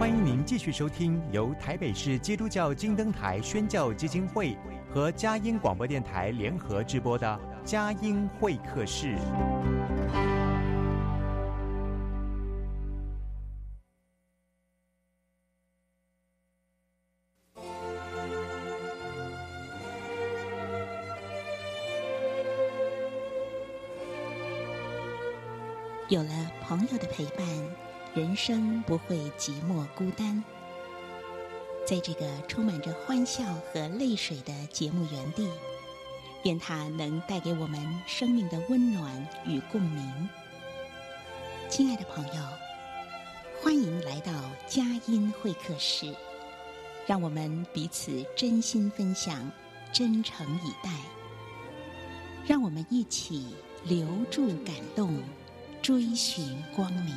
欢迎您继续收听由台北市基督教金灯台宣教基金会和佳音广播电台联合制播的佳音会客室。 有了朋友的陪伴，人生不会寂寞孤单。在这个充满着欢笑和泪水的节目园地，愿它能带给我们生命的温暖与共鸣。亲爱的朋友，欢迎来到佳音会客室，让我们彼此真心分享，真诚以待。让我们一起留住感动，追寻光明。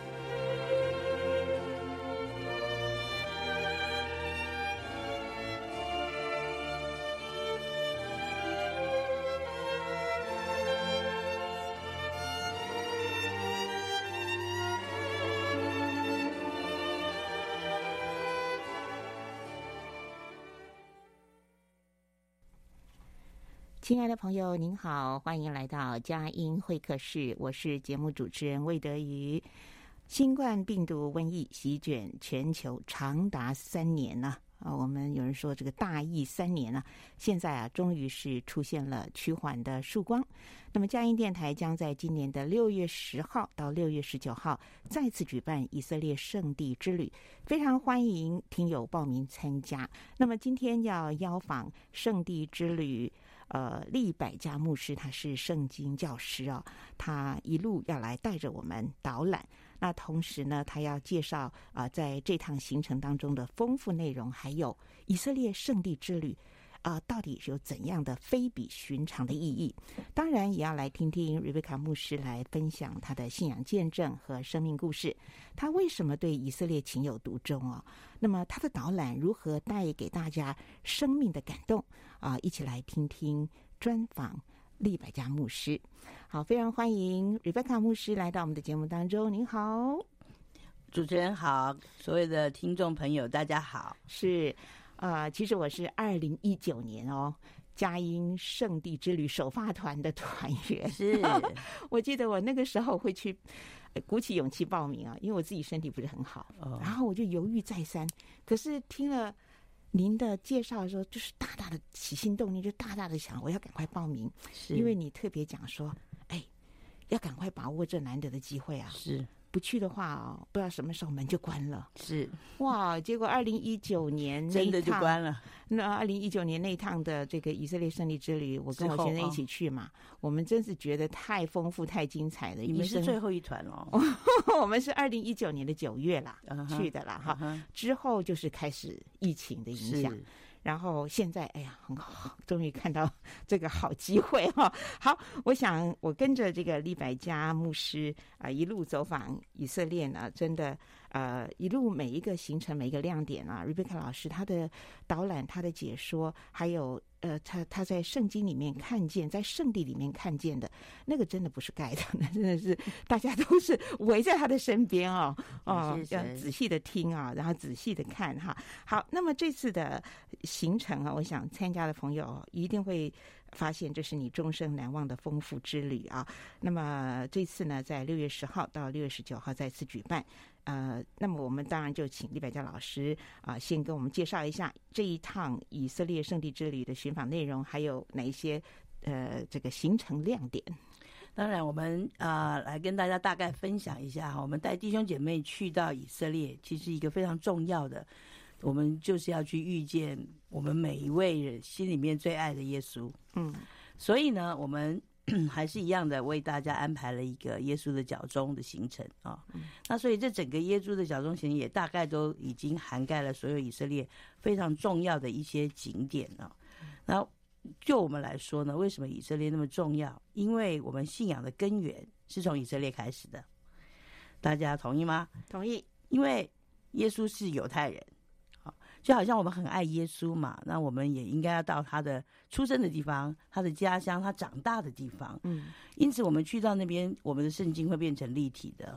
亲爱的朋友您好，欢迎来到佳音会客室，我是节目主持人魏德瑜。新冠病毒瘟疫席卷全球长达3年了我们有人说这个大疫3年了，现在终于是出现了趋缓的曙光。那么佳音电台将在今年的6月10号到6月19号再次举办以色列圣地之旅，非常欢迎听友报名参加。那么今天要邀访圣地之旅利百加牧师，他是圣经教师他一路要来带着我们导览。那同时呢，他要介绍在这趟行程当中的丰富内容，还有以色列圣地之旅到底有怎样的非比寻常的意义。当然也要来听听瑞贝卡牧师来分享他的信仰见证和生命故事，他为什么对以色列情有独钟那么他的导览如何带给大家生命的感动一起来听听专访利百加牧师。好，非常欢迎 Rebecca 牧师来到我们的节目当中。您好。 主持人好，所有的听众朋友大家好。 是其实我是2019年佳音圣地之旅首发团的团员。 是我记得我那个时候会去鼓起勇气报名因为我自己身体不是很好然后我就犹豫再三，可是听了您的介绍的时候，就是大大的起心动念，就大大的想我要赶快报名，因为你特别讲说要赶快把握这难得的机会是不去的话不知道什么时候门就关了。 是哇，结果2019年真的就关了。 那2019年那一趟的这个以色列圣地之旅，我跟我先生一起去嘛，我们真是觉得太丰富太精彩了。 你们是最后一团我们是2019年的9月啦去的啦之后就是开始疫情的影响，然后现在很好，终于看到这个好机会好，我想我跟着这个利百加牧师一路走访以色列呢，真的一路每一个行程每一个亮点Rebecca 老师他的导览他的解说，还有他在圣经里面看见，在圣地里面看见的那个真的不是盖的，那真的是大家都是围在他的身边要仔细的听然后仔细的看好，那么这次的行程我想参加的朋友一定会发现这是你终生难忘的丰富之旅那么这次呢，在6月10号到6月19号再次举办那么我们当然就请利百加老师先跟我们介绍一下这一趟以色列圣地之旅的寻访内容，还有哪一些这个行程亮点。 当然我们来跟大家大概分享一下我们带弟兄姐妹去到以色列，其实一个非常重要的，我们就是要去遇见我们每一位人心里面最爱的耶稣。所以呢我们还是一样的为大家安排了一个耶稣的脚踪的行程那所以这整个耶稣的脚踪行程也大概都已经涵盖了所有以色列非常重要的一些景点那就我们来说呢，为什么以色列那么重要？因为我们信仰的根源是从以色列开始的，大家同意吗？ 同意。 因为耶稣是犹太人就好像我们很爱耶稣嘛，那我们也应该要到他的出生的地方，他的家乡，他长大的地方因此我们去到那边，我们的圣经会变成立体的，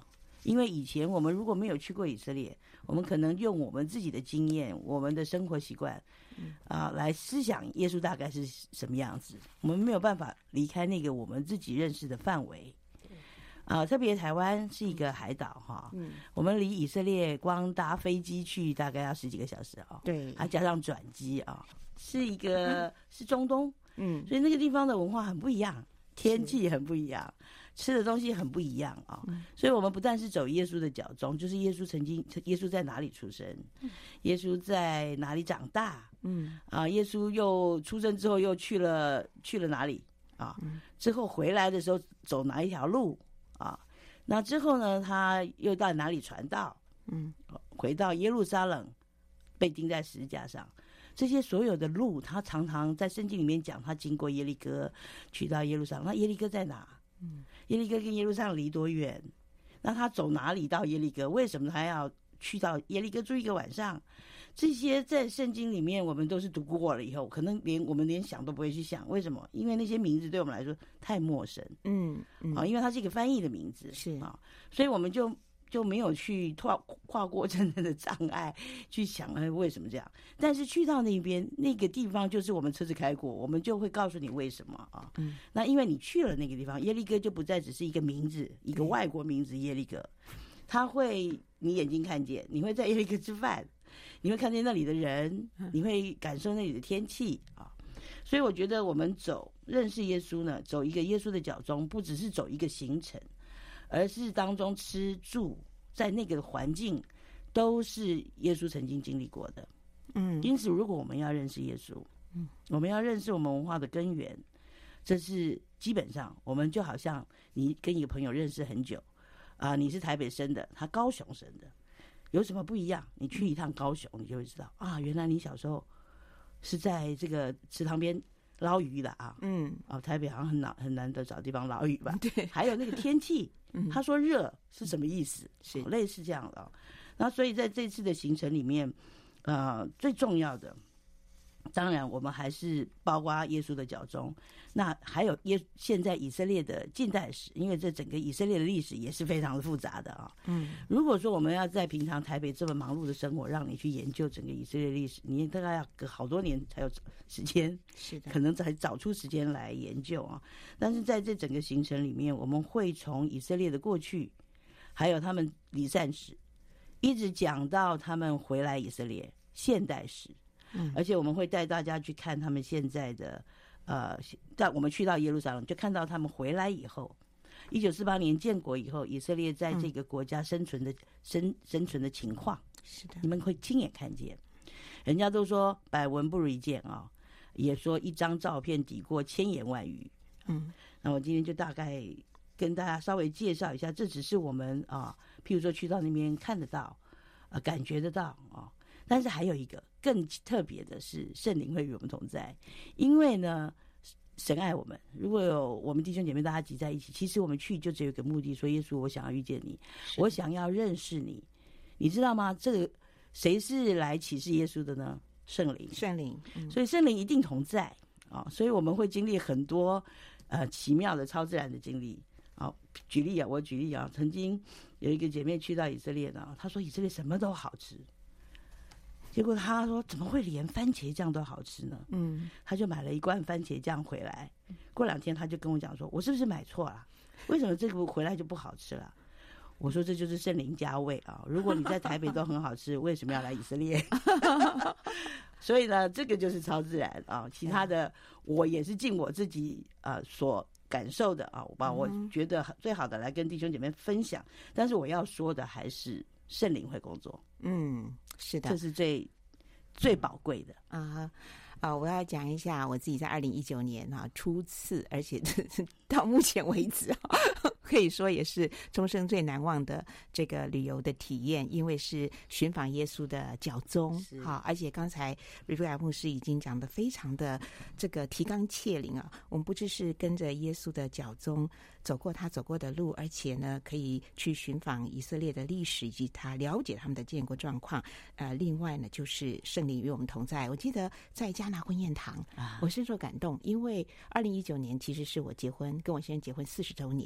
因为以前我们如果没有去过以色列，我们可能用我们自己的经验、我们的生活习惯，来思想耶稣大概是什么样子。我们没有办法离开那个我们自己认识的范围。特别台湾是一个海岛哈，我们离以色列光搭飞机去大概要10几个小时啊， 对， 还加上转机啊，是中东，所以那个地方的文化很不一样，天气很不一样，吃的东西很不一样啊，所以我们不但是走耶稣的脚踪，就是耶稣在哪里出生，耶稣在哪里长大，耶稣又出生之后又去了哪里啊？之后回来的时候走哪一条路啊？那之后呢，他又到哪里传道？回到耶路撒冷，被钉在十字架上。这些所有的路，他常常在圣经里面讲，他经过耶利哥，去到耶路撒冷。那耶利哥在哪？耶利哥跟耶路撒冷离多远？那他走哪里到耶利哥？为什么他要去到耶利哥住一个晚上？这些在圣经里面我们都是读过了以后，可能我们连想都不会去想。为什么？因为那些名字对我们来说太陌生。因为它是一个翻译的名字， 是啊， 所以我们就没有去跨过真正的障碍去想为什么这样。但是去到那边那个地方，就是我们车子开过，我们就会告诉你为什么啊。那因为你去了那个地方，耶利哥就不再只是一个名字，一个外国名字耶利哥，它会你眼睛看见，你会在耶利哥吃饭，你会看见那里的人，你会感受那里的天气啊。所以我觉得我们认识耶稣呢，走一个耶稣的脚踪，不只是走一个行程，而是当中吃住在那个环境都是耶稣曾经经历过的。因此如果我们要认识耶稣，我们要认识我们文化的根源，这是基本上我们就好像你跟一个朋友认识很久你是台北生的，他高雄生的，有什么不一样？你去一趟高雄，你就会知道原来你小时候是在这个池塘边捞鱼的啊。台北好像很难得找地方捞鱼吧？对，还有那个天气，他说热是什么意思？是类似这样的。然后所以在这次的行程里面，最重要的，当然我们还是包括耶稣的脚踪，那还有现在以色列的近代史，因为这整个以色列的历史也是非常的复杂的啊。如果说我们要在平常台北这么忙碌的生活，让你去研究整个以色列历史，你大概要隔好多年才有时间，是的，可能才找出时间来研究啊。但是在这整个行程里面，我们会从以色列的过去，还有他们离散史，一直讲到他们回来以色列现代史。而且我们会带大家去看他们现在的我们去到耶路撒冷，就看到他们回来以后，1948年建国以后，以色列在这个国家生存的情况。是的，你们会亲眼看见。人家都说百闻不如一见啊，也说一张照片抵过千言万语。那我今天就大概跟大家稍微介绍一下，这只是我们譬如说去到那边看得到感觉得到但是还有一个更特别的是，圣灵会与我们同在。因为呢，神爱我们，如果有我们弟兄姐妹大家集在一起，其实我们去就只有一个目的，说耶稣，我想要遇见你，我想要认识你，你知道吗？这个谁是来启示耶稣的呢？圣灵。所以圣灵一定同在所以我们会经历很多奇妙的超自然的经历。我举例曾经有一个姐妹去到以色列呢，她说以色列什么都好吃。结果他说怎么会连番茄酱都好吃呢？他就买了一罐番茄酱回来，过2天他就跟我讲说，我是不是买错了？为什么这个回来就不好吃了？我说这就是圣灵加味如果你在台北都很好吃，为什么要来以色列？所以呢，这个就是超自然其他的我也是尽我自己所感受的我把我觉得最好的来跟弟兄姐妹分享。但是我要说的还是圣灵会工作。是的，这是最宝贵的我要讲一下我自己在2019年初次，而且到目前为止可以说也是终生最难忘的这个旅游的体验，因为是寻访耶稣的脚踪而且刚才瑞瑞亚牧师已经讲得非常的这个提纲挈领我们不只是跟着耶稣的脚踪走过他走过的路，而且呢可以去寻访以色列的历史以及他了解他们的建国状况。另外呢就是圣灵与我们同在。我记得在迦拿婚宴堂我深受感动，因为2019年其实是我跟我先生结婚40周年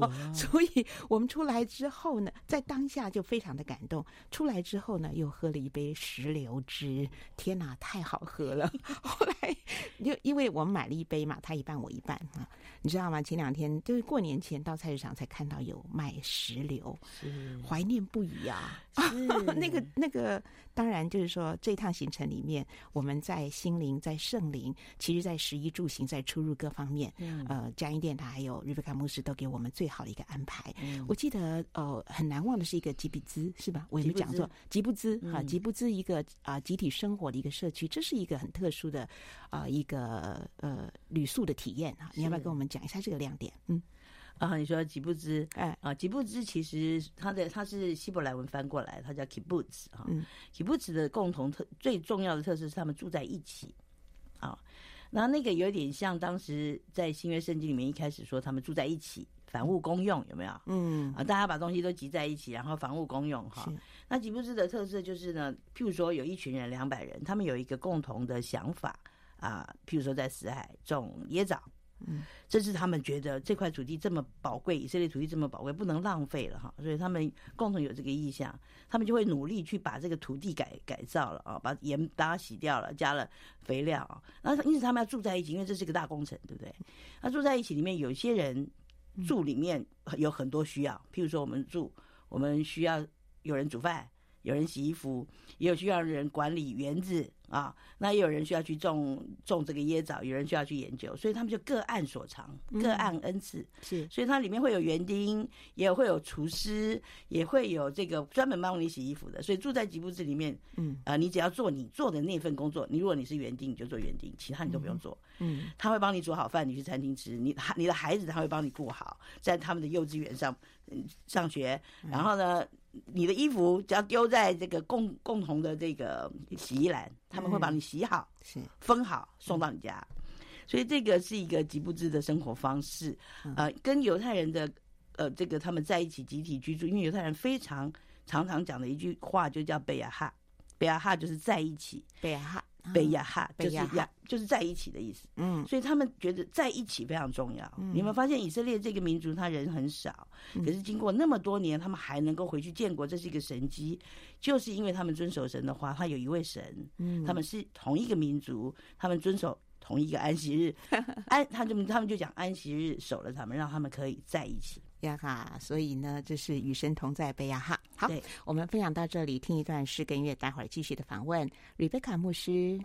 所以我们出来之后呢，在当下就非常的感动。出来之后呢，又喝了一杯石榴汁，天哪，太好喝了！后来就因为我们买了一杯嘛，他一半我一半啊，你知道吗？前2天就是过年前到菜市场才看到有卖石榴，怀念不已啊！那个，当然就是说这趟行程里面，我们在心灵、在圣灵，其实在食衣住行、在出入各方面，佳音电台还有瑞贝卡牧师都给我们最好的一个安排。我记得很难忘的是一个吉比兹，是吧？我有没有讲错？吉布兹哈，吉布兹一个集体生活的一个社区，这是一个很特殊的一个旅宿的体验啊！你要不要跟我们讲一下这个亮点？ 你说吉布兹，吉布兹其实它是希伯来文翻过来，它叫 kibbutz 啊。kibbutz 的最重要的特色是他们住在一起啊。那个有点像当时在新约圣经里面一开始说他们住在一起，房屋公用，有没有？大家把东西都集在一起，然后房屋公用哈。那吉布兹的特色就是呢，譬如说有一群人200人，他们有一个共同的想法譬如说在死海种椰枣。这是他们觉得这块土地这么宝贵，以色列土地这么宝贵，不能浪费了哈，所以他们共同有这个意向，他们就会努力去把这个土地改造了把盐把它洗掉了，加了肥料然后因此他们要住在一起，因为这是个大工程，对不对？那住在一起里面，有些人住里面有很多需要，譬如说我们需要有人煮饭，有人洗衣服，也有需要人管理园子那也有人需要去种这个椰枣，有人需要去研究，所以他们就各按所长，各按恩赐。 是， 所以它里面会有园丁，也会有厨师，也会有这个专门帮你洗衣服的。所以住在吉布兹里面，你只要做你做的那份工作，如果你是园丁，你就做园丁，其他你都不用做。他会帮你煮好饭，你去餐厅吃，你的孩子他会帮你顾好，在他们的幼稚园上学，然后呢，你的衣服只要丢在这个共同的这个洗衣篮，他们会帮你洗好，分好送到你家。所以这个是一个吉布兹的生活方式，跟犹太人的这个他们在一起集体居住，因为犹太人常常讲的一句话就叫贝亚哈，贝亚哈就是在一起，贝亚哈就是在一起的意思。所以他们觉得在一起非常重要。你有没有发现以色列这个民族他人很少，可是经过那么多年，他们还能够回去建国，这是一个神迹，就是因为他们遵守神的话，他有一位神，他们是同一个民族，他们遵守同一个安息日，他们就讲安息日守了他们，让他们可以在一起。 亚哈，所以呢，这是与神同在贝亚哈。好，我们分享到这里，听一段诗跟音乐，待会儿继续的访问瑞贝卡牧师。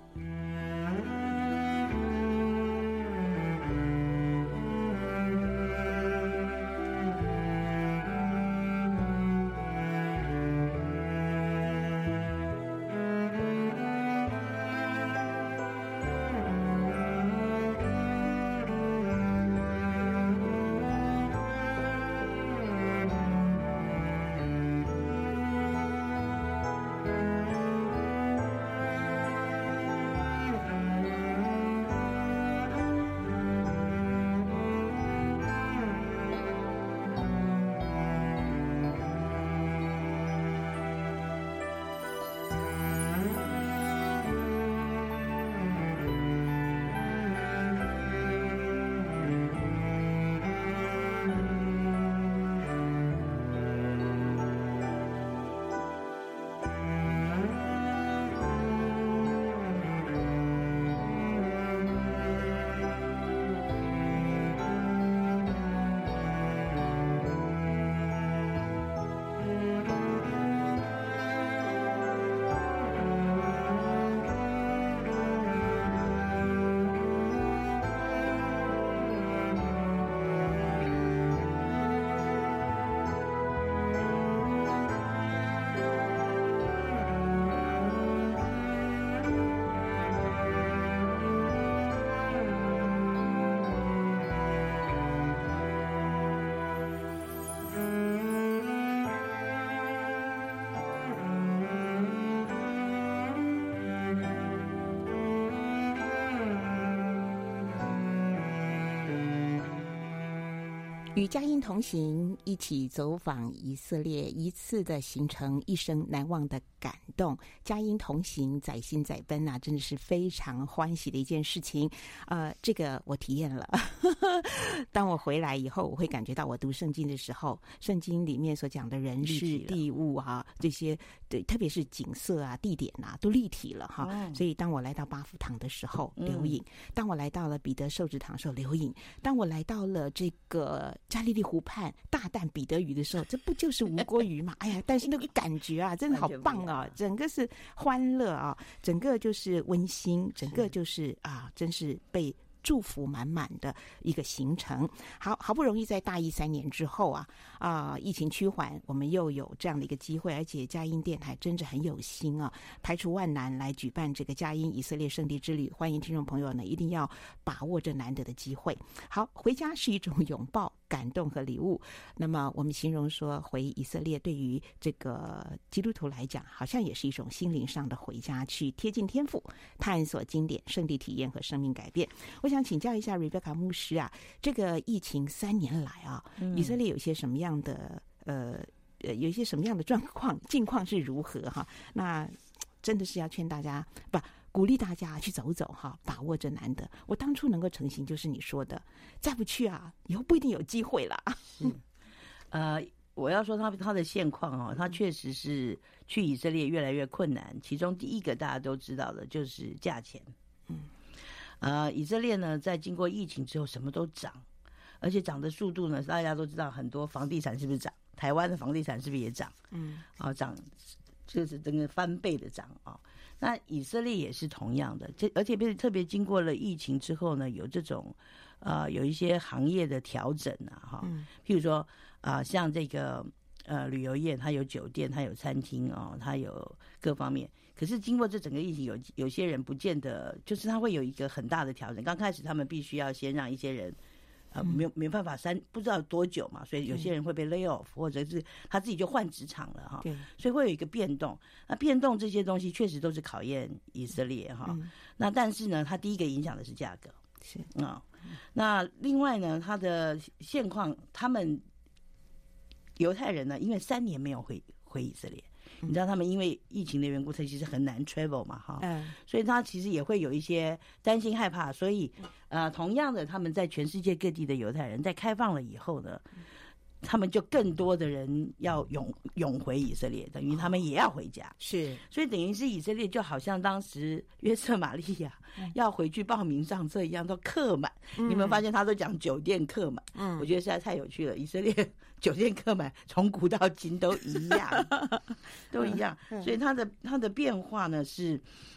与佳音同行，一起走访以色列，一次的行程，一生难忘的感动。佳音同行，载心载奔啊，真的是非常欢喜的一件事情。这个我体验了。当我回来以后，我会感觉到我读圣经的时候，圣经里面所讲的人事地物啊，这些对，特别是景色啊、地点啊，都立体了哈。所以当我来到巴福堂的时候，留影；当我来到了彼得受质堂的时候，留影；当我来到了这个加利利湖畔大啖彼得鱼的时候，这不就是无锅鱼吗？哎呀，但是那个感觉啊，真的好棒啊！整个是欢乐啊，整个就是温馨，整个就是啊，真是被祝福满满的一个行程。好不容易在大疫3年之后疫情趋缓，我们又有这样的一个机会，而且佳音电台真的很有心啊，排除万难来举办这个佳音以色列圣地之旅。欢迎听众朋友呢，一定要把握这难得的机会。好，回家是一种拥抱、感动和礼物。那么我们形容说，回以色列对于这个基督徒来讲，好像也是一种心灵上的回家，去贴近天父，探索经典、圣地体验和生命改变。我想请教一下 Rebecca 牧师啊，这个疫情3年来以色列有些什么样的有一些什么样的状况、境况是如何哈？那真的是要劝大家鼓励大家去走走哈，把握着难得。我当初能够成行，就是你说的，再不去以后不一定有机会了。 我要说他的现况他确实是去以色列越来越困难。其中第一个大家都知道的就是价钱。以色列呢，在经过疫情之后，什么都涨，而且涨的速度呢，大家都知道，很多房地产是不是涨？台湾的房地产是不是也涨？涨就是整个翻倍的涨那以色列也是同样的，而且特别经过了疫情之后呢，有这种有一些行业的调整譬如说像这个旅游业，它有酒店，它有餐厅它有各方面。可是经过这整个疫情，有些人不见得，就是他会有一个很大的调整。刚开始他们必须要先让一些人没办法不知道多久嘛，所以有些人会被 lay off， 或者是他自己就换职场了所以会有一个变动。那变动这些东西确实都是考验以色列那但是呢，它第一个影响的是价格， 是那另外呢，它的现况，他们犹太人呢，因为3年没有回以色列。你知道他们因为疫情的缘故，他其实很难 travel 嘛所以他其实也会有一些担心害怕。所以同样的，他们在全世界各地的犹太人在开放了以后呢，他们就更多的人要涌回以色列，等于他们也要回家。 是， 所以等于是以色列就好像当时约瑟玛利亚要回去报名上车一样，都客满。你有没有发现他都讲酒店客满？我觉得实在太有趣了。以色列酒店客满，从古到今都一样，都一样。所以它的变化呢是，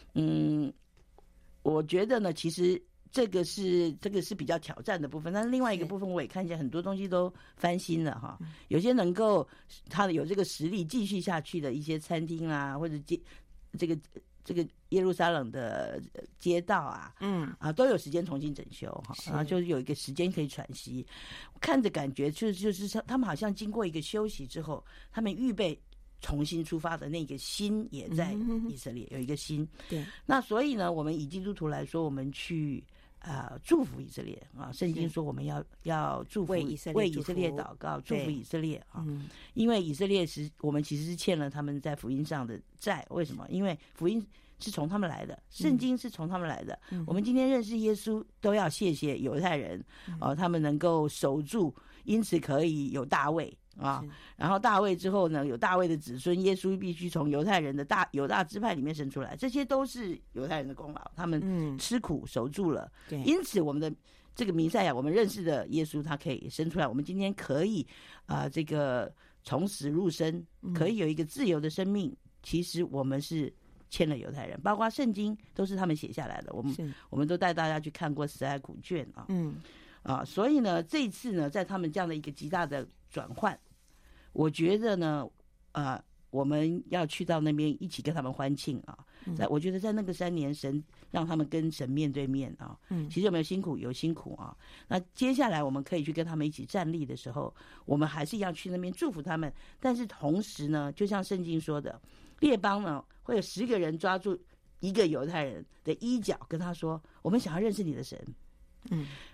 我觉得呢，其实这个是比较挑战的部分。但是另外一个部分，我也看见很多东西都翻新了有些能够他有这个实力继续下去的一些餐厅或者这个耶路撒冷的街道都有时间重新整修然后就是有一个时间可以喘息。看着感觉就是他们好像经过一个休息之后，他们预备重新出发的那个心也在以色列有一个心。 对， 那所以呢，我们以基督徒来说，我们去祝福以色列圣经说我们要祝福为以色列祷告，祝福以色列因为以色列我们其实是欠了他们在福音上的债。为什么？因为福音是从他们来的，圣经是从他们来的我们今天认识耶稣都要谢谢犹太人他们能够守住，因此可以有大卫然后大卫之后呢，有大卫的子孙，耶稣必须从犹太人的犹大支派里面生出来，这些都是犹太人的功劳，他们吃苦守住了因此我们的这个弥赛亚，我们认识的耶稣，他可以生出来，我们今天可以这个从死入生，可以有一个自由的生命。其实我们是欠了犹太人，包括圣经都是他们写下来的，我们都带大家去看过死海古卷所以呢，这一次呢，在他们这样的一个极大的转换，我觉得呢我们要去到那边一起跟他们欢庆我觉得在那个3年，神让他们跟神面对面其实有没有辛苦？有辛苦那接下来我们可以去跟他们一起站立的时候，我们还是要去那边祝福他们。但是同时呢，就像圣经说的，列邦呢会有10个人抓住一个犹太人的衣角，跟他说：“我们想要认识你的神。”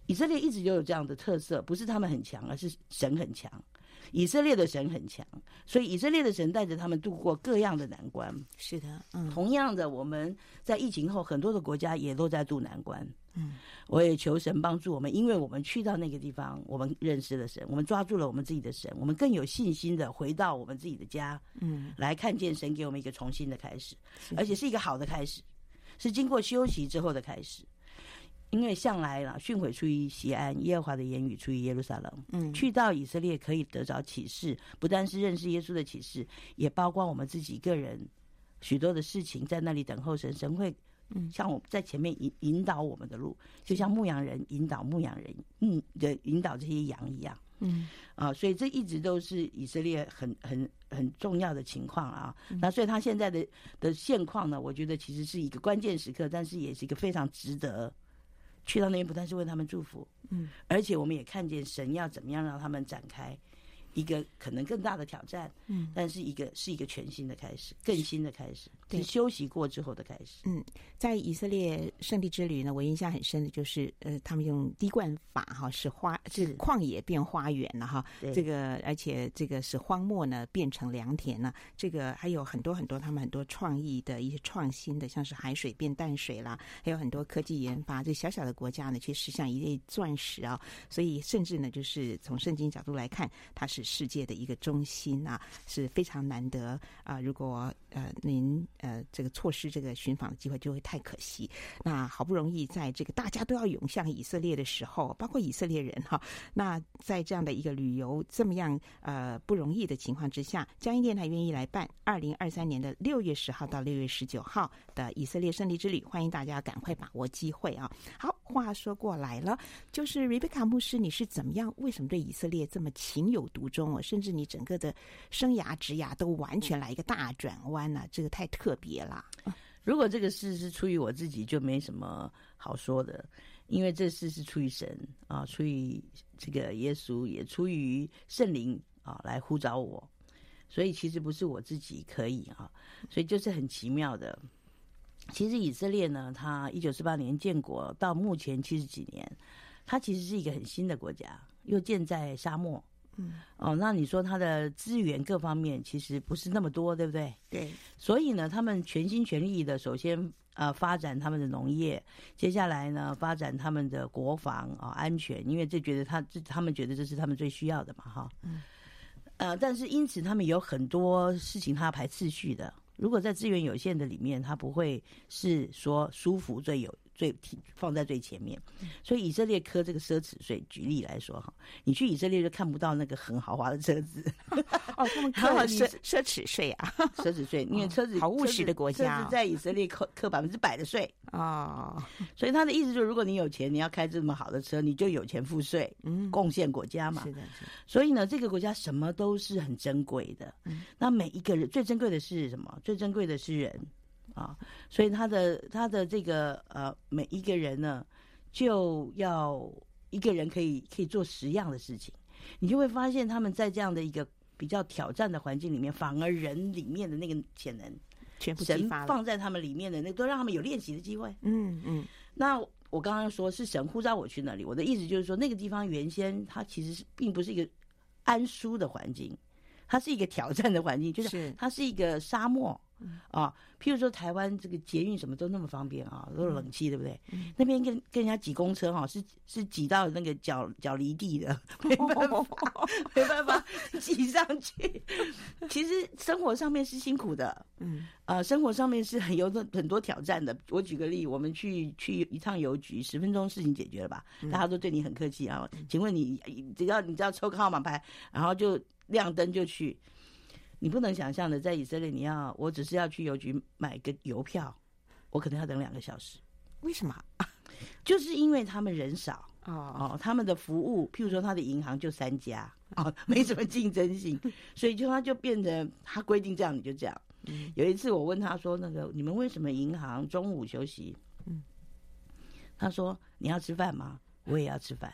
以色列一直就有这样的特色，不是他们很强，而是神很强。以色列的神很强，所以以色列的神带着他们度过各样的难关。 是的， 同样的，我们在疫情后，很多的国家也都在度难关。我也求神帮助我们，因为我们去到那个地方，我们认识了神，我们抓住了我们自己的神，我们更有信心的回到我们自己的家，来看见神给我们一个重新的开始，而且是一个好的开始，是经过休息之后的开始。因为向来啦，训诲出于锡安，耶和华的言语出于耶路撒冷。去到以色列可以得着启示，不单是认识耶稣的启示，也包括我们自己个人许多的事情，在那里等候神，神会像我在前面引导我们的路，就像牧羊人引导引导这些羊一样。所以这一直都是以色列很重要的情况啊。那所以他现在的现况呢，我觉得其实是一个关键时刻，但是也是一个非常值得去到那边，不但是为他们祝福，而且我们也看见神要怎么样让他们展开一个可能更大的挑战，但是是一个全新的开始，更新的开始，是休息过之后的开始。 在以色列圣地之旅呢，我印象很深的就是他们用滴灌法哈，使这个旷野变花园了哈，这个而且这个使荒漠呢变成良田了，这个还有很多很多他们很多创意的一些创新的，像是海水变淡水啦，还有很多科技研发，这小小的国家呢去实现一类钻石啊，所以甚至呢就是从圣经角度来看，它是世界的一个中心啊，是非常难得啊。如果您这个错失这个寻访的机会，就会太可惜。那好不容易在这个大家都要涌向以色列的时候，包括以色列人哈，那在这样的一个旅游这么样不容易的情况之下，佳音电台愿意来办2023年的6月10号到6月19号的以色列圣地之旅，欢迎大家赶快把握机会啊！好，话说过来了，就是 Rebecca 牧师，你是怎么样？为什么对以色列这么情有独钟哦？甚至你整个的生涯职涯都完全来一个大转弯呢？这个太特别了。 如果这个事是出于我自己，就没什么好说的，因为这事是出于神啊，出于这个耶稣，也出于圣灵啊来呼召我，所以其实不是我自己可以啊，所以就是很奇妙的。其实以色列呢，它1948年建国到目前70几年，它其实是一个很新的国家，又建在沙漠。那你说它的资源各方面其实不是那么多，对不对？ 对。所以呢，他们全心全力的，首先发展他们的农业，接下来呢发展他们的国防安全，因为他们觉得这是他们最需要的嘛，哈。但是因此他们有很多事情他要排次序的。如果在资源有限的里面，他不会是说舒服最放在最前面，所以以色列科这个奢侈税，举例来说哈，你去以色列就看不到那个很豪华的车子他们科奢侈税啊， 奢侈税，因为车子好务实的国家， 车子在以色列课100%的税所以他的意思就是，如果你有钱，你要开这么好的车，你就有钱付税，贡献国家嘛。 是的。 所以呢，这个国家什么都是很珍贵的。那每一个人最珍贵的是什么？最珍贵的是人。所以他的这个每一个人呢，就要一个人可以做10样的事情，你就会发现他们在这样的一个比较挑战的环境里面，反而人里面的那个潜能全部激发了， 神放在他们里面的那都让他们有练习的机会。那我刚刚说是神呼召我去那里，我的意思就是说，那个地方原先它其实并不是一个安舒的环境，它是一个挑战的环境，就是它是一个沙漠。譬如说台湾这个捷运什么都那么方便都有冷气，对不对？那边跟人家挤公车是挤到那个脚离地的，没办法挤上去。其实生活上面是辛苦的，生活上面是有很多挑战的。我举个例，我们去一趟邮局，10分钟事情解决了吧？大家都对你很客气啊。请问你只要抽个号码牌，然后就亮灯就去。你不能想象的，在以色列，我只是要去邮局买个邮票，我可能要等2个小时。 为什么？ 就是因为他们人少他们的服务，譬如说他的银行就3家没什么竞争性，所以他就变成他规定这样你就这样。有一次我问他说，你们为什么银行中午休息？他说你要吃饭吗？我也要吃饭。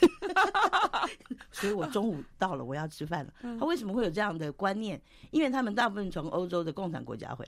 所以我中午到了，我要吃饭了。他为什么会有这样的观念？因为他们大部分从欧洲的共产国家回来，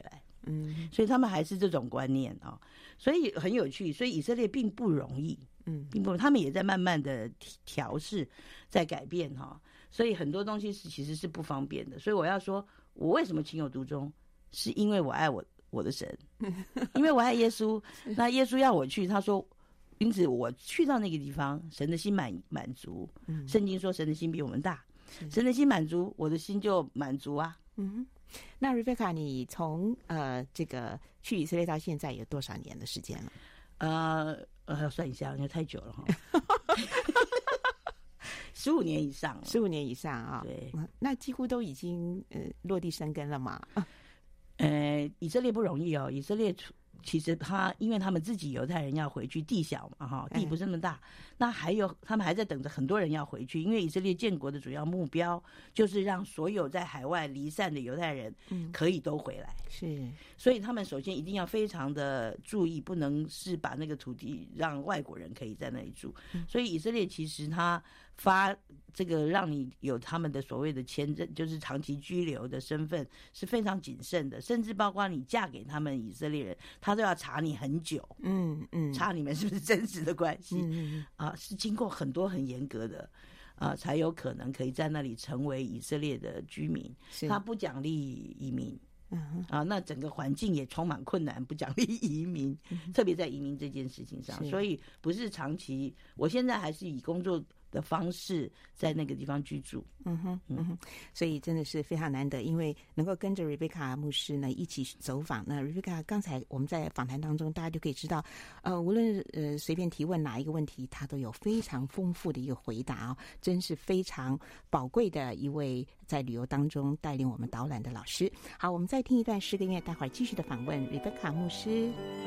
所以他们还是这种观念啊，所以很有趣。所以以色列并不容易，并不容易，他们也在慢慢的调试，在改变哈。所以很多东西其实是不方便的。所以我要说，我为什么情有独钟，是因为我爱我的神，因为我爱耶稣。那耶稣要我去，他说，因此我去到那个地方，神的心满足。圣经说神的心比我们大，神的心满足，我的心就满足啊。 那 Rebecca， 你从这个去以色列到现在有多少年的时间了？ 要算一下，因为太久了哈。15年以上了 ，15年以上啊。 对， 那几乎都已经落地生根了嘛。 以色列不容易哦。以色列其实因为他们自己犹太人要回去，地小嘛哈，地不是那么大。那还有他们还在等着很多人要回去，因为以色列建国的主要目标就是让所有在海外离散的犹太人可以都回来。 是， 所以他们首先一定要非常的注意，不能是把那个土地让外国人可以在那里住。所以以色列其实他发这个让你有他们的所谓的签证，就是长期居留的身份是非常谨慎的，甚至包括你嫁给他们以色列人，他都要查你很久，查你们是不是真实的关系，是经过很多很严格的才有可能可以在那里成为以色列的居民。他不奖励移民。那整个环境也充满困难，不奖励移民，特别在移民这件事情上，所以不是长期。我现在还是以工作的方式在那个地方居住。 所以真的是非常难得，因为能够跟着 Rebecca 牧师呢一起走访。那 Rebecca 刚才我们在访谈当中，大家就可以知道，无论随便提问哪一个问题，他都有非常丰富的一个回答哦，真是非常宝贵的一位在旅游当中带领我们导览的老师。好，我们再听一段诗歌音乐，待会儿继续的访问 Rebecca 牧师。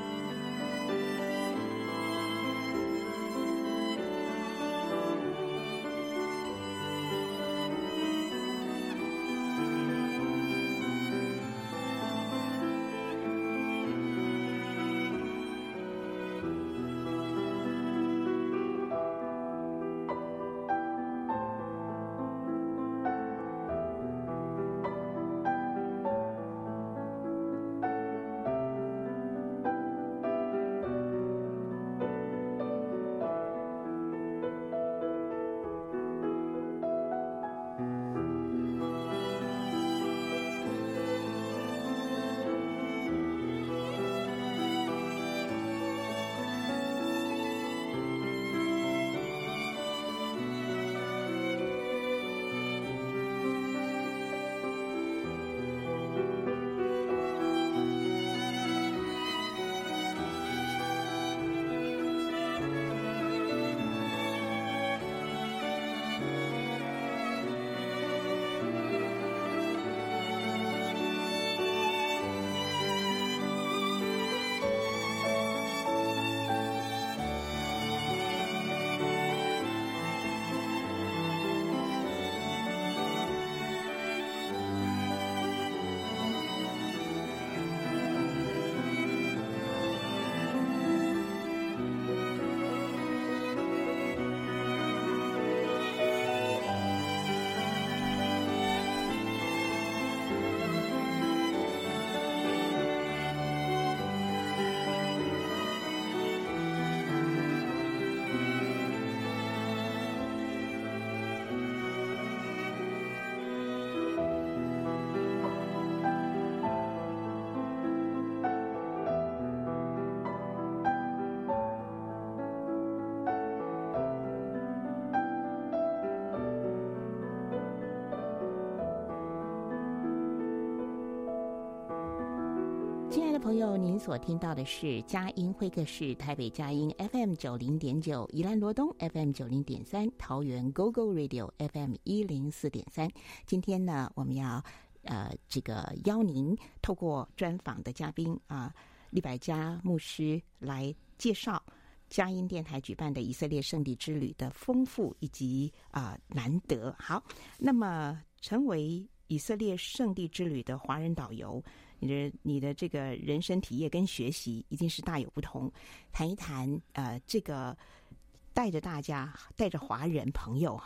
亲爱的朋友，您所听到的是佳音会客室，台北佳音 FM90.9， 宜兰罗东 FM90.3， 桃园 GoGo Radio FM104.3。今天呢，我们要这个邀您透过专访的嘉宾利百加牧师来介绍佳音电台举办的以色列圣地之旅的丰富以及难得。好，那么成为以色列圣地之旅的华人导游，你的这个人生体验跟学习一定是大有不同。谈一谈这个带着华人朋友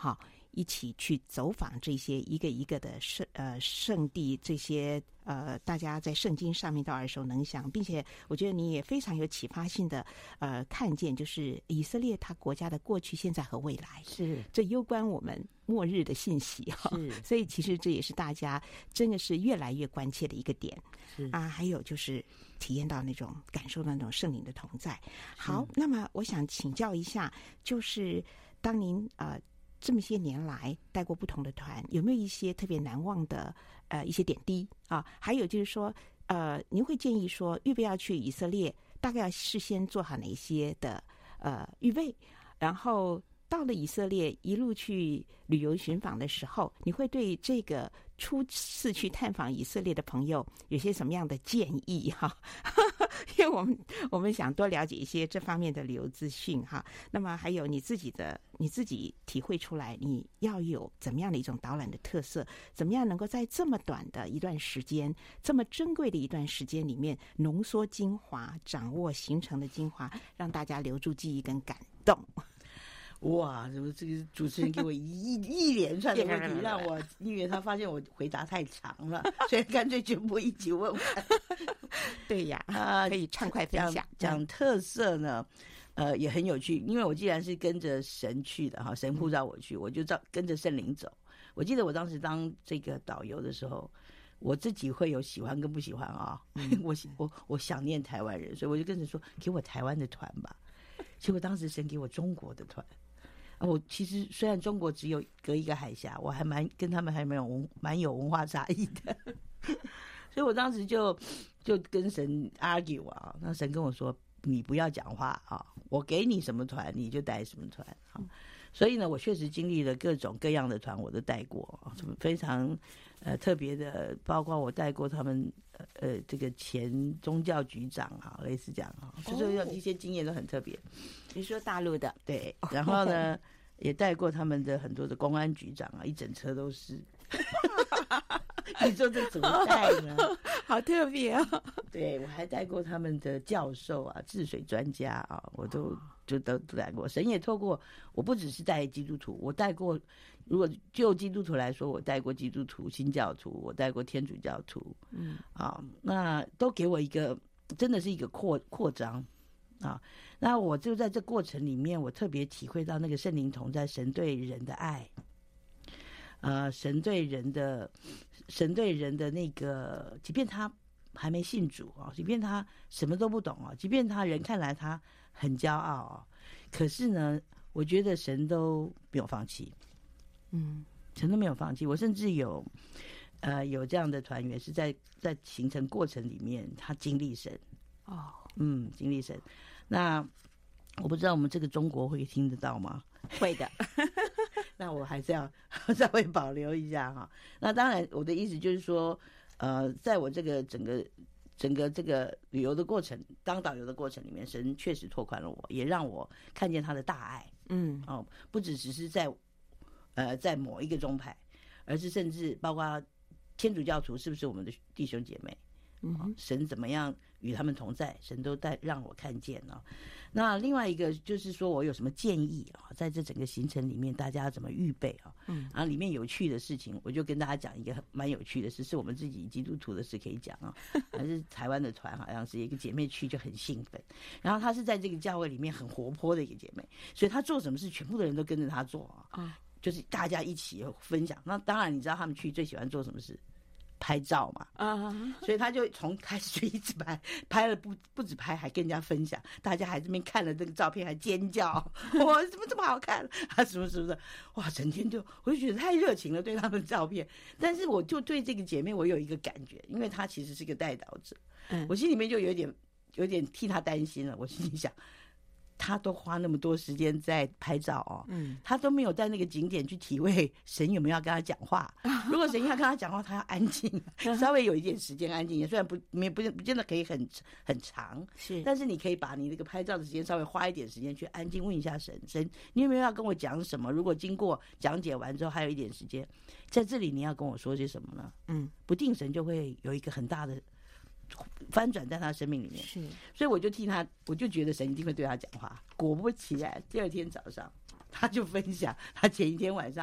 一起去走访这些一个一个的圣地，这些大家在圣经上面都耳熟能详，并且我觉得你也非常有启发性的看见，就是以色列它国家的过去、现在和未来， 是这攸关我们末日的信息哈。所以其实这也是大家真的是越来越关切的一个点啊。还有就是体验到那种感受到那种圣灵的同在。好，那么我想请教一下，就是当您这么些年来带过不同的团，有没有一些特别难忘的一些点滴啊？还有就是说您会建议说预备要去以色列，大概要事先做好哪些的预备，然后到了以色列一路去旅游寻访的时候，你会对这个初次去探访以色列的朋友有些什么样的建议哈？因为我们想多了解一些这方面的旅游资讯哈。那么还有你自己体会出来，你要有怎么样的一种导览的特色，怎么样能够在这么短的一段时间，这么珍贵的一段时间里面浓缩精华，掌握行程的精华，让大家留住记忆跟感动。 哇，怎么这个主持人给我一连串的问题，让我因为他发现我回答太长了，所以干脆全部一起问完。 对呀，可以畅快分享。 讲特色呢，也很有趣，因为我既然是跟着神去的哈，神呼召我去，我就跟着圣灵走。我记得我当时当这个导游的时候，我自己会有喜欢跟不喜欢啊。我想念台湾人，所以我就跟神说，给我台湾的团吧。结果当时神给我中国的团。我其实虽然中国只有隔一个海峡，我还跟他们还蛮有文化差异的，所以我当时就跟神 argue 啊，那神跟我说，你不要讲话啊，我给你什么团你就带什么团啊。所以呢，我确实经历了各种各样的团，我都带过，非常特别的，包括我带过他们这个前宗教局长啊，类似这样啊，就是一些经验都很特别。 你说大陆的对，然后呢，也带过他们的很多的公安局长啊，一整车都是。你说这怎么带呢？ 好特别啊！ 对，我还带过他们的教授啊、治水专家啊，我都带过。神也透过我，不只是带基督徒，我带过。如果就基督徒来说，我带过基督徒、新教徒，我带过天主教徒，那都给我一个真的是一个扩张啊。那我就在这过程里面，我特别体会到那个圣灵同在，神对人的爱。神对人的那个，即便他还没信主啊，即便他什么都不懂啊，即便他人看来他很骄傲啊，可是呢，我觉得神都没有放弃，神都没有放弃。我甚至有这样的团员是在行程过程里面，他经历神经历神。那我不知道我们这个中国会听得到吗？ 会的。 那我还是要稍微保留一下哈。那当然，我的意思就是说，在我这个整个这个旅游的过程，当导游的过程里面，神确实拓宽了我，也让我看见他的大爱。不只是在某一个宗派，而是甚至包括天主教徒是不是我们的弟兄姐妹？神怎么样与他们同在，神都让我看见了。那另外一个就是说我有什么建议啊，在这整个行程里面大家怎么预备啊？然后里面有趣的事情，我就跟大家讲一个蛮有趣的事，是我们自己基督徒的事可以讲啊。还是台湾的团好像是一个姐妹去就很兴奋，然后她是在这个教会里面很活泼的一个姐妹，所以她做什么事全部的人都跟着她做啊。就是大家一起分享。那当然你知道他们去最喜欢做什么事？拍照嘛，所以他就从开始就一直拍了不止拍，还跟人家分享，大家还这边看了这个照片还尖叫，哇，怎么这么好看啊？什么什么的，哇，整天我就觉得太热情了，对他们的照片。但是我就对这个姐妹我有一个感觉，因为她其实是个带导者，我心里面就有点替她担心了。我心里想，他都花那么多时间在拍照哦，他都没有在那个景点去体会神有没有要跟他讲话。如果神要跟他讲话，他要安静，稍微有一点时间安静，也虽然不见得可以很长，是，但是你可以把你那个拍照的时间稍微花一点时间去安静问一下神，你有没有要跟我讲什么？如果经过讲解完之后还有一点时间，在这里你要跟我说些什么呢？不定神就会有一个很大的翻转在他生命里面，是，所以我就觉得神一定会对他讲话。果不其然，第二天早上他就分享他前一天晚上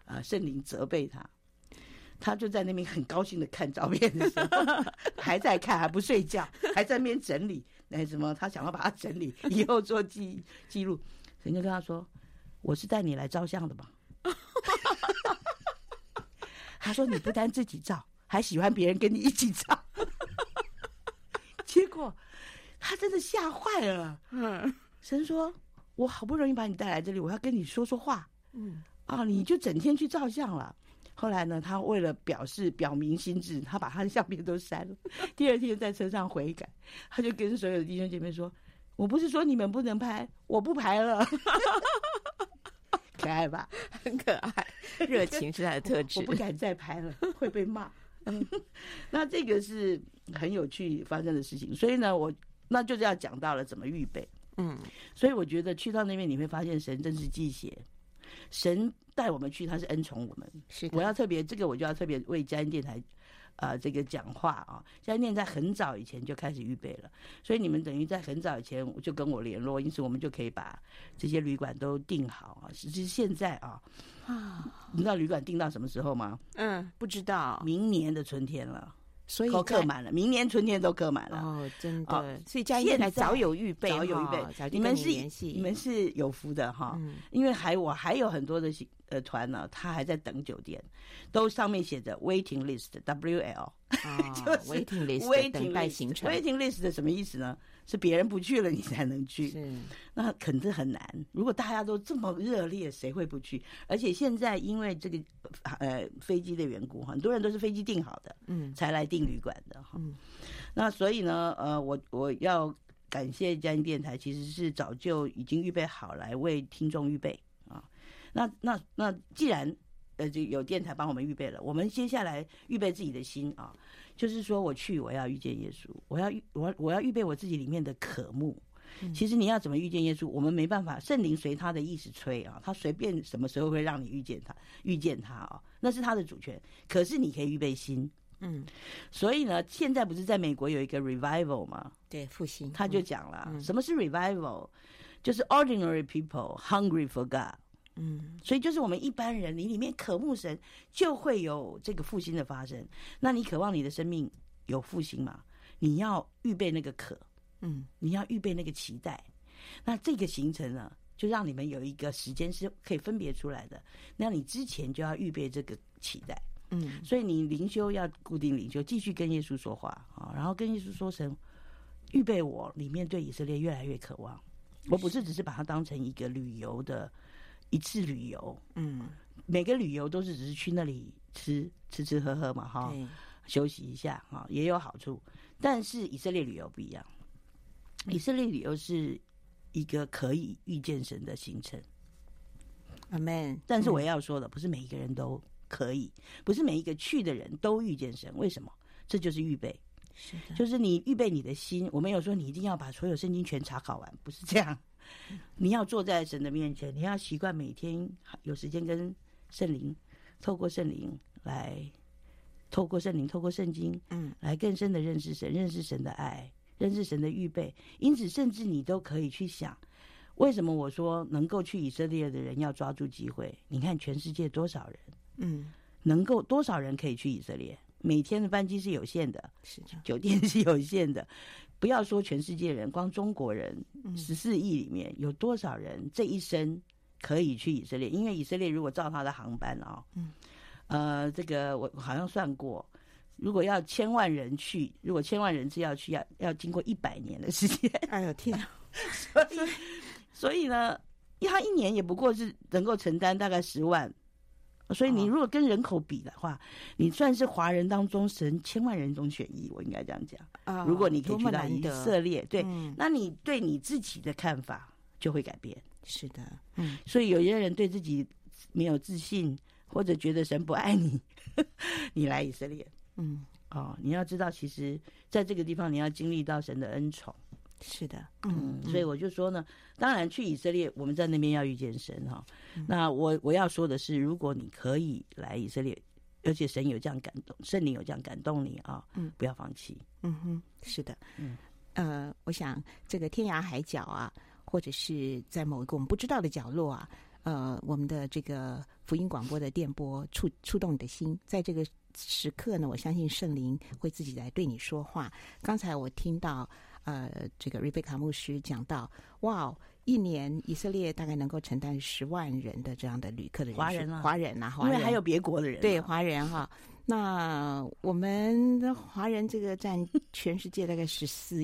圣灵责备他。他就在那边很高兴的看照片的时候，还在看，还不睡觉，还在那边整理，什么他想要把它整理，以后做记录。神就跟他说：“我是带你来照相的吧？”他说：“你不单自己照，还喜欢别人跟你一起照。”结果他真的吓坏了。神说：“我好不容易把你带来这里，我要跟你说说话。你就整天去照相了。”后来呢，他为了表明心志，他把他的相片都删了。第二天在车上悔改，他就跟所有的弟兄姐妹说：“我不是说你们不能拍，我不拍了。”可爱吧？ 很可爱，热情是他的特质。 我不敢再拍了，会被骂。那这个是很有趣发生的事情，所以呢，那就是要讲到了怎么预备。所以我觉得去到那边你会发现神真是忌邪。神带我们去，他是恩宠我们。是，我就要特别为佳音电台这个讲话啊。佳音电台很早以前就开始预备了，所以你们等于在很早以前就跟我联络，因此我们就可以把这些旅馆都订好啊。其实现在你知道旅馆订到什么时候吗？ 不知道， 明年的春天了。 所以都客满了，明年春天都客满了。 哦，真的。所以佳音电台早有预备， 早有预备。 你们是有福的哈，因为我还有很多的团呢，他还在等酒店，都上面写着 waiting list WL， 就是 waiting list 等待行程。 waiting list 什么意思呢？是别人不去了你才能去，那肯定很难。如果大家都这么热烈，谁会不去？而且现在因为这个飞机的缘故，很多人都是飞机订好的，才来订旅馆的哈。那所以呢，我要感谢佳音电台，其实是早就已经预备好来为听众预备啊。那既然就有电台帮我们预备了，我们接下来预备自己的心啊。就是说我要遇见耶稣，我要预备我自己里面的渴慕。其实你要怎么遇见耶稣，我们没办法，圣灵随他的意思吹啊，他随便什么时候会让你遇见他啊，那是他的主权。可是你可以预备心。所以呢，现在不是在美国有一个 revival 吗？ 对，复兴。 他就讲了，什么是 revival？ 就是 ordinary people hungry for God。所以就是我们一般人，你里面渴慕神，就会有这个复兴的发生。那你渴望你的生命有复兴嘛？你要预备那个渴，你要预备那个期待。那这个行程呢，就让你们有一个时间是可以分别出来的。那你之前就要预备这个期待。所以你灵修要固定灵修，继续跟耶稣说话啊，然后跟耶稣说：“神，预备我里面对以色列越来越渴望。我不是只是把它当成一个旅游的。”一次旅游，每个旅游都是只是去那里吃喝喝嘛，哈，休息一下哈，也有好处。但是以色列旅游不一样，以色列旅游是一个可以遇见神的行程。 Amen。 但是我要说的，不是每一个人都可以，不是每一个去的人都遇见神。为什么？这就是预备。 是的， 就是你预备你的心。我没有说你一定要把所有圣经全查考完，不是这样。你要坐在神的面前，你要习惯每天有时间跟圣灵，透过圣灵，透过圣经，来更深的认识神，认识神的爱，认识神的预备。因此，甚至你都可以去想，为什么我说能够去以色列的人要抓住机会？你看全世界多少人，能够多少人可以去以色列？每天的班机是有限的，酒店是有限的。不要说全世界人，光中国人14亿里面有多少人这一生可以去以色列？因为以色列如果照他的航班这个我好像算过，如果要1000万人去，如果1000万人次要去，要经过100年的时间。 哎呦天啊！ 所以呢，他一年也不过是能够承担大概10万。所以你如果跟人口比的话，你算是华人当中神1000万人中选一，我应该这样讲。如果你可以去到以色列，对，那你对你自己的看法就会改变。 是的， 所以有些人对自己没有自信，或者觉得神不爱你，你来以色列，你要知道，其实在这个地方你要经历到神的恩宠。 是的， 所以我就说呢，当然去以色列，我们在那边要遇见神哈。那我要说的是，如果你可以来以色列，而且神有这样感动，圣灵有这样感动你啊，不要放弃。 是的，我想这个天涯海角啊，或者是在某一个我们不知道的角落啊， 我们的这个福音广播的电波触动你的心，在这个时刻呢，我相信圣灵会自己来对你说话。刚才我听到这个瑞贝卡牧师讲到，哇，一年以色列大概能够承担10万人的这样的旅客的人数，华人啊， 因为还有别国的人， 对，华人哈。那我们的华人这个占全世界大概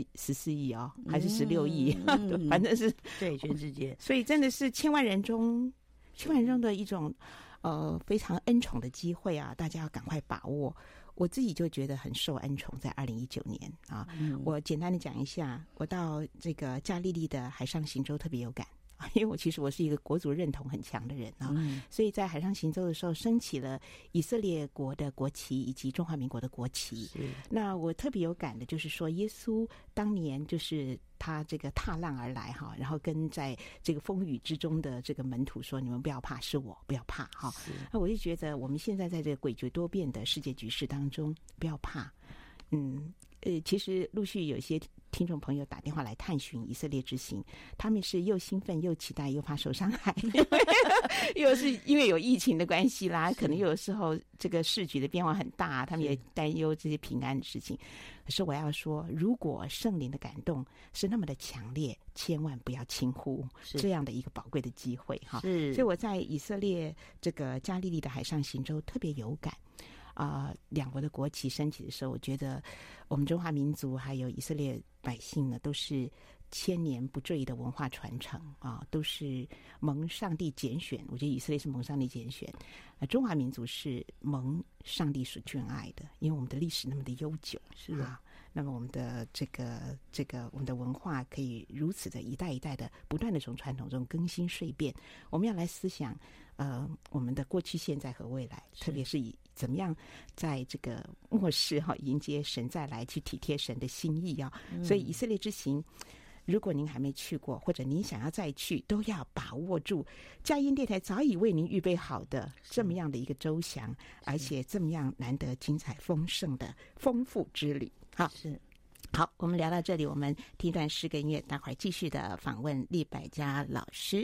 14亿哦，还是16亿，反正是对全世界， 所以真的是千万人中的一种非常恩宠的机会啊，大家要赶快把握。我自己就觉得很受恩宠，在2019年啊，我简单的讲一下，我到这个加利利的海上行舟特别有感。因为其实我是一个国族认同很强的人啊，所以在海上行舟的时候升起了以色列国的国旗以及中华民国的国旗。那我特别有感的就是说，耶稣当年就是他这个踏浪而来哈，然后跟在这个风雨之中的这个门徒说：“你们不要怕，是我，不要怕。”哈，那我就觉得我们现在在这个诡谲多变的世界局势当中，不要怕。其实陆续有一些听众朋友打电话来探寻以色列之行，他们是又兴奋又期待又怕受伤害，又是因为有疫情的关系啦，可能有时候这个市局的变化很大，他们也担忧这些平安的事情。可是我要说，如果圣灵的感动是那么的强烈，千万不要轻忽这样的一个宝贵的机会哈。所以我在以色列这个加利利的海上行舟特别有感。两国的国旗升起的时候，我觉得我们中华民族还有以色列百姓呢，都是千年不坠的文化传承啊，都是蒙上帝拣选。我觉得以色列是蒙上帝拣选，中华民族是蒙上帝所眷爱的，因为我们的历史那么的悠久，是啊。那么我们的这个我们的文化可以如此的一代一代的不断的从传统中更新蜕变。我们要来思想我们的过去、现在和未来，特别是以怎么样在这个末世迎接神再来，去体贴神的心意啊。所以以色列之行，如果您还没去过，或者您想要再去，都要把握住佳音电台早已为您预备好的这么样的一个周详，而且这么样难得精彩丰盛的丰富之旅。好，我们聊到这里，我们听一段诗歌音乐，待会儿继续的访问利百加老师。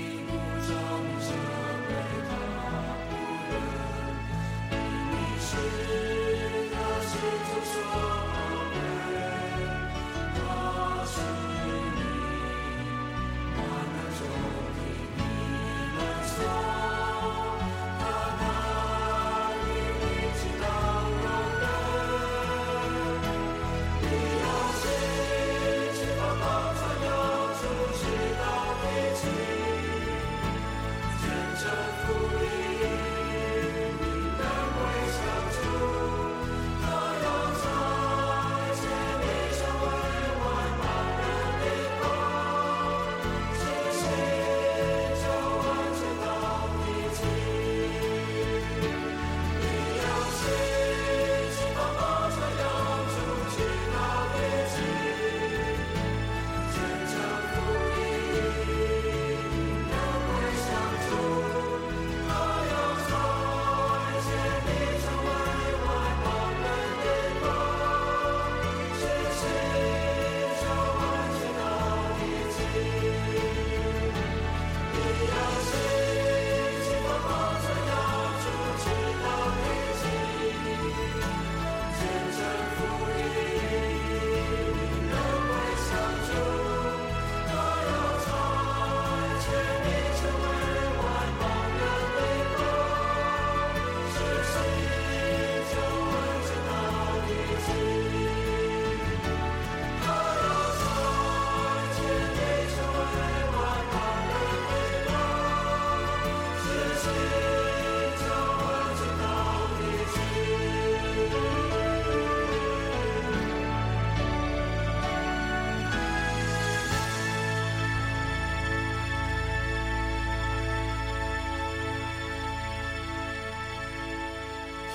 是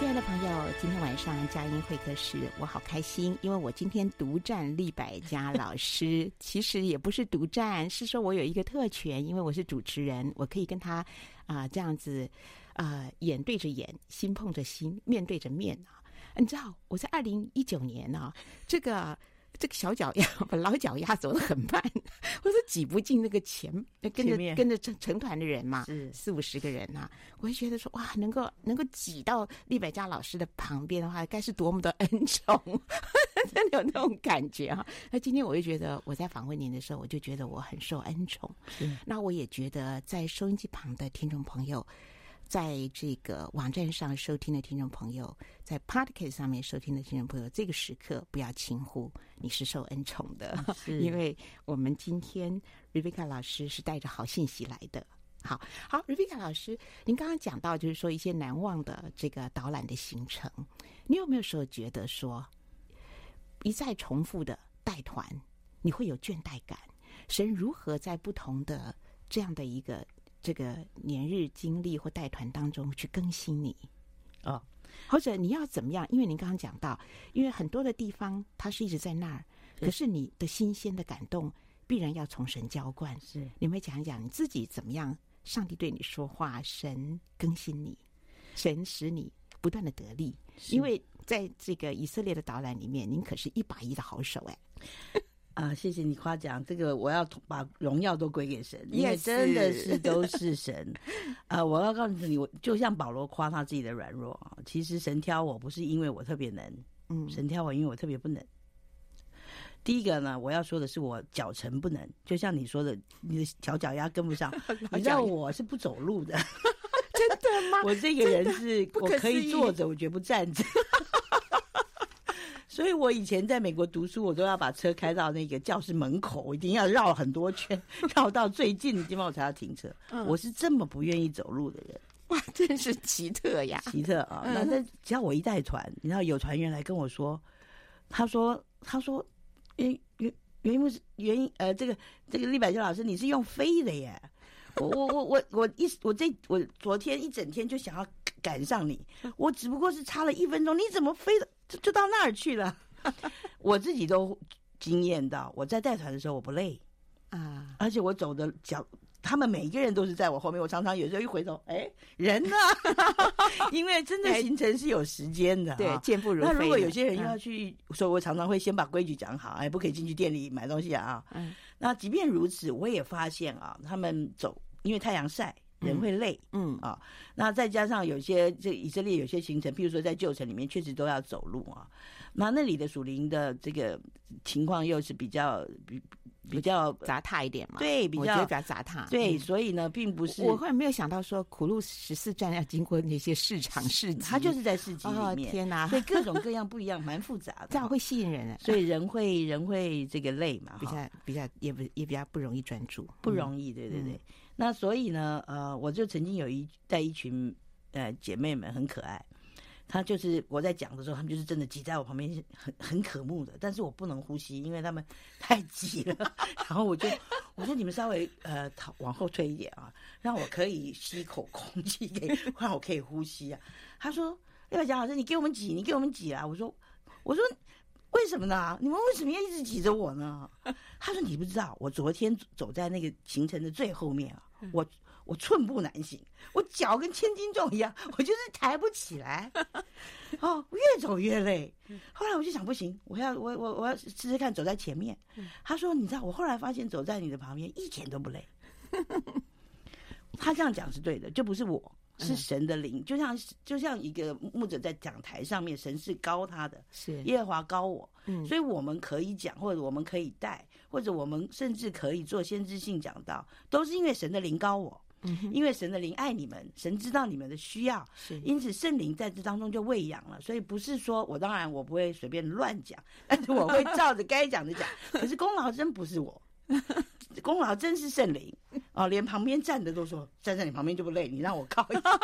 爱的朋友，今天晚上佳音会客室，我好开心，因为我今天独占利百嘉老师。其实也不是独占，是说我有一个特权，因为我是主持人，我可以跟他这样子眼对着眼，心碰着心，面对着面啊。你知道我在2019年啊，这个小脚丫，把老脚丫走得很慢，我是挤不进那个跟着成团的人嘛，是40-50个人啊，我就觉得说哇，能够挤到利百嘉老师的旁边的话，该是多么的恩宠，真的有那种感觉啊。那今天我就觉得我在访问您的时候，我就觉得我很受恩宠。那我也觉得在收音机旁的听众朋友，在这个网站上收听的听众朋友，在 Podcast 上面收听的听众朋友，这个时刻不要轻忽，你是受恩宠的，因为我们今天 Rebecca 老师是带着好信息来的。好 Rebecca 老师，您刚刚讲到就是说一些难忘的这个导览的行程，你有没有时候觉得说一再重复的带团你会有倦怠感？神如何在不同的这样的一个这个年日经历或带团当中去更新你或者你要怎么样？因为您刚刚讲到，因为很多的地方它是一直在那儿，可是你的新鲜的感动必然要从神浇灌。是，你会讲一讲你自己怎么样？上帝对你说话，神更新你，神使你不断的得力。因为在这个以色列的导览里面，您可是100%的好手谢谢你夸奖，这个我要把荣耀都归给神，因为真的是都是神。我要告诉你，我就像保罗夸他自己的软弱啊，其实神挑我不是因为我特别能，神挑我因为我特别不能。第一个呢，我要说的是我脚程不能，就像你说的，你的脚丫跟不上。你知道我是不走路的， 真的吗？ 我这个人是我可以坐着，我绝不站着。所以我以前在美国读书，我都要把车开到那个教室门口，我一定要绕很多圈，绕到最近的地方我才要停车。我是这么不愿意走路的人。 哇，真是奇特呀！ 奇特啊！那只要我一带团，你知道有团员来跟我说，他说，原因这个利百嘉老师你是用飞的耶。我昨天一整天就想要赶上你，我只不过是差了1分钟，你怎么飞的就到那儿去了？我自己都惊艳到，我在带团的时候我不累而且我走的脚，他们每一个人都是在我后面，我常常有时候一回头，人呢？因为真的行程是有时间的， 对，健步如飞。 那如果有些人要去，所以我常常会先把规矩讲好，不可以进去店里买东西那即便如此，我也发现他们走，因为太阳晒。人会累，那再加上有些这以色列有些行程，譬如说在旧城里面确实都要走路那里的属灵的这个情况又是比较杂沓一点嘛， 对， 我觉得比较杂沓， 对，所以呢，并不是我后来没有想到说苦路14站要经过那些市场市集， 它就是在市集里面， 天哪， 所以各种各样不一样，蛮复杂的， 这样会吸引人所以人会这个累嘛， 比较也比较不容易专注， 不容易，对。那所以呢，我就曾经带一群姐妹们很可爱，她就是我在讲的时候，她们就是真的挤在我旁边，很可慕的，但是我不能呼吸，因为她们太挤了。然后我说你们稍微往后退一点让我可以吸口空气，让我可以呼吸她说利百嘉老师，你给我们挤啊！我说为什么呢？你们为什么要一直挤着我呢？他说你不知道，我昨天走在那个行程的最后面我寸步难行，我脚跟千斤重一样，我就是抬不起来越走越累。后来我就想不行，我要试试看走在前面。他说你知道，我后来发现走在你的旁边一点都不累。他这样讲是对的，就不是我。是神的灵，就像一个牧者在讲台上面，神是高他的，是耶和华高我，所以我们可以讲，或者我们可以带，或者我们甚至可以做先知性讲道，都是因为神的灵高我，因为神的灵爱你们，神知道你们的需要，因此圣灵在这当中就喂养了，所以不是说当然我不会随便乱讲，但是我会照着该讲的讲，可是功劳真不是我。功劳真是圣灵连旁边站的都说站在你旁边就不累，你让我靠一下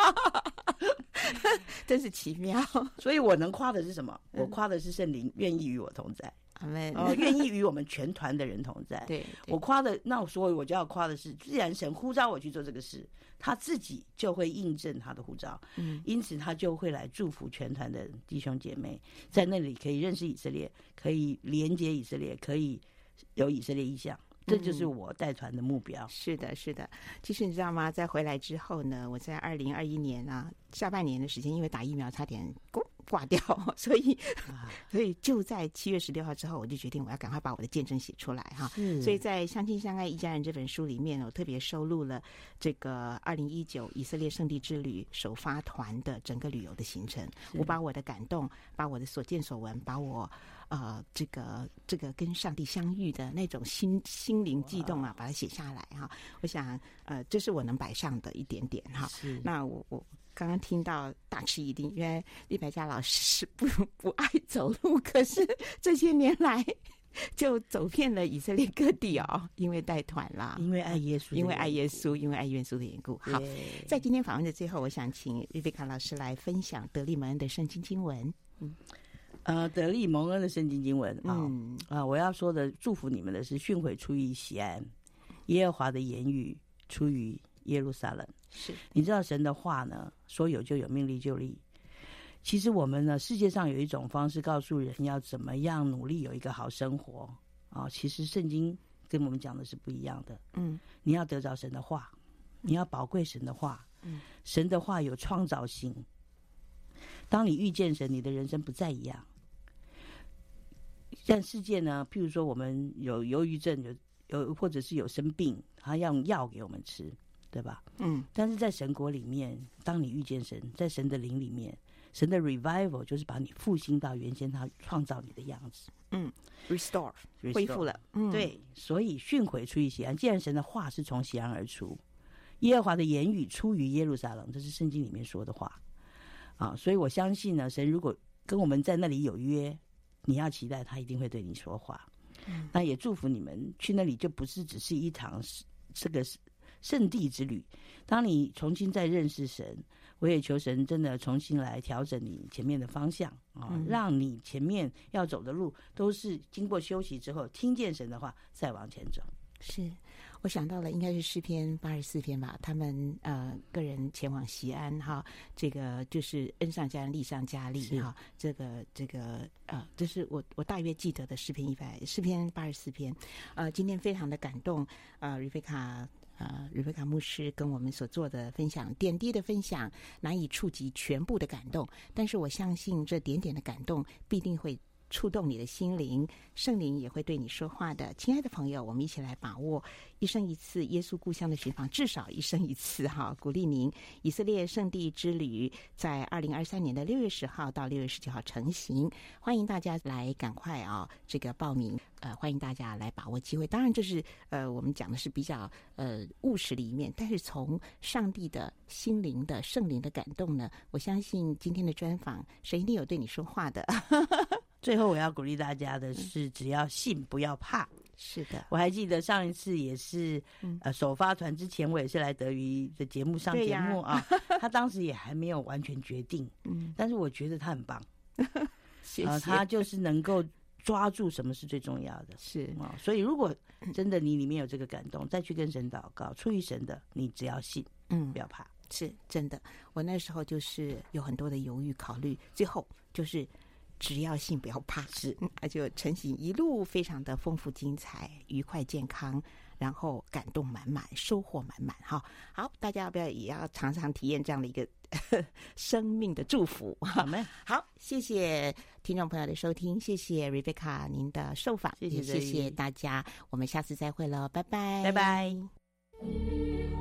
真是奇妙。 所以我能夸的是什么？我夸的是圣灵愿意与我同在他们愿意与我们全团的人同在。 对， 我夸的，那所以我就要夸的是，既然神呼召我去做这个事，他自己就会印证他的呼召，因此他就会来祝福全团的弟兄姐妹，在那里可以认识以色列，可以连接以色列，可以有以色列意象。这就是我带团的目标。 是的，是的。其实你知道吗？在回来之后呢，我在2021年啊下半年的时间，因为打疫苗差点挂掉，所以就在7月16号之后，我就决定我要赶快把我的见证写出来哈。所以在《相亲相爱一家人》这本书里面，我特别收录了这个2019以色列圣地之旅首发团的整个旅游的行程。我把我的感动，把我的所见所闻，把我这个跟上帝相遇的那种心灵悸动啊，把它写下来哈。我想这是我能摆上的一点点哈。那我刚刚听到大吃一惊，因为立白家老师是不爱走路，可是这些年来就走遍了以色列各地哦，因为带团啦， 因为爱耶稣， 因为爱耶稣，因为爱耶稣的缘故。好，在今天访问的最后，我想请瑞贝卡老师来分享得力蒙恩的圣经经文。 得力蒙恩的圣经经文我要说的祝福你们的是训诲出于西安，耶和华的言语出于耶路撒冷。 是， 你知道神的话呢，说有就有，命立就立。其实我们呢，世界上有一种方式告诉人要怎么样努力有一个好生活其实圣经跟我们讲的是不一样的。你要得着神的话，你要宝贵神的话。神的话有创造性。当你遇见神，你的人生不再一样。但世界呢，譬如说我们有忧郁症，有或者是有生病，他要用药给我们吃，对吧？但是在神国里面，当你遇见神，在神的灵里面，神的 revival 就是把你复兴到原先他创造你的样子。 restore 恢复了。 对，所以训诲出于西安，既然神的话是从西安而出，耶和华的言语出于耶路撒冷，这是圣经里面说的话所以我相信呢，神如果跟我们在那里有约，你要期待他一定会对你说话。那也祝福你们去那里就不是只是一场这个圣地之旅。当你重新再认识神，我也求神真的重新来调整你前面的方向让你前面要走的路都是经过休息之后，听见神的话再往前走。 是，我想到了应该是诗篇84篇吧，他们个人前往西安哈，这个就是恩上加恩，利上加利哈，这个这是我大约记得的诗篇84篇。今天非常的感动瑞贝卡牧师跟我们所做的分享，点滴的分享难以触及全部的感动，但是我相信这点点的感动必定会触动你的心灵，圣灵也会对你说话的。亲爱的朋友，我们一起来把握一生一次耶稣故乡的寻访，至少一生一次哈！鼓励您，以色列圣地之旅在2023年的6月10号到6月19号成行，欢迎大家来赶快这个报名。欢迎大家来把握机会。当然这是我们讲的是比较务实的一面，但是从上帝的心灵的圣灵的感动呢，我相信今天的专访神一定有对你说话的。 最后我要鼓励大家的是，只要信不要怕。 是的， 我还记得上一次也是首发团之前，我也是来德瑜的节目上节目他当时也还没有完全决定但是我觉得他很棒谢谢他就是能够抓住什么是最重要的。 是所以如果真的你里面有这个感动，再去跟神祷告，出于神的，你只要信不要怕。 是真的，我那时候就是有很多的犹豫考虑，最后就是只要信不要怕，是就成行一路非常的丰富精彩，愉快健康，然后感动满满，收获满满哈。好，大家要不要也要常常体验这样的一个生命的祝福？好，谢谢听众朋友的收听，谢谢 Rebecca 您的受访，谢谢大家，我们下次再会了，拜拜， 拜拜。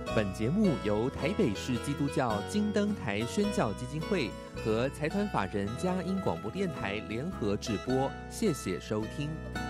本节目由台北市基督教金灯台宣教基金会和财团法人佳音广播电台联合制播，谢谢收听。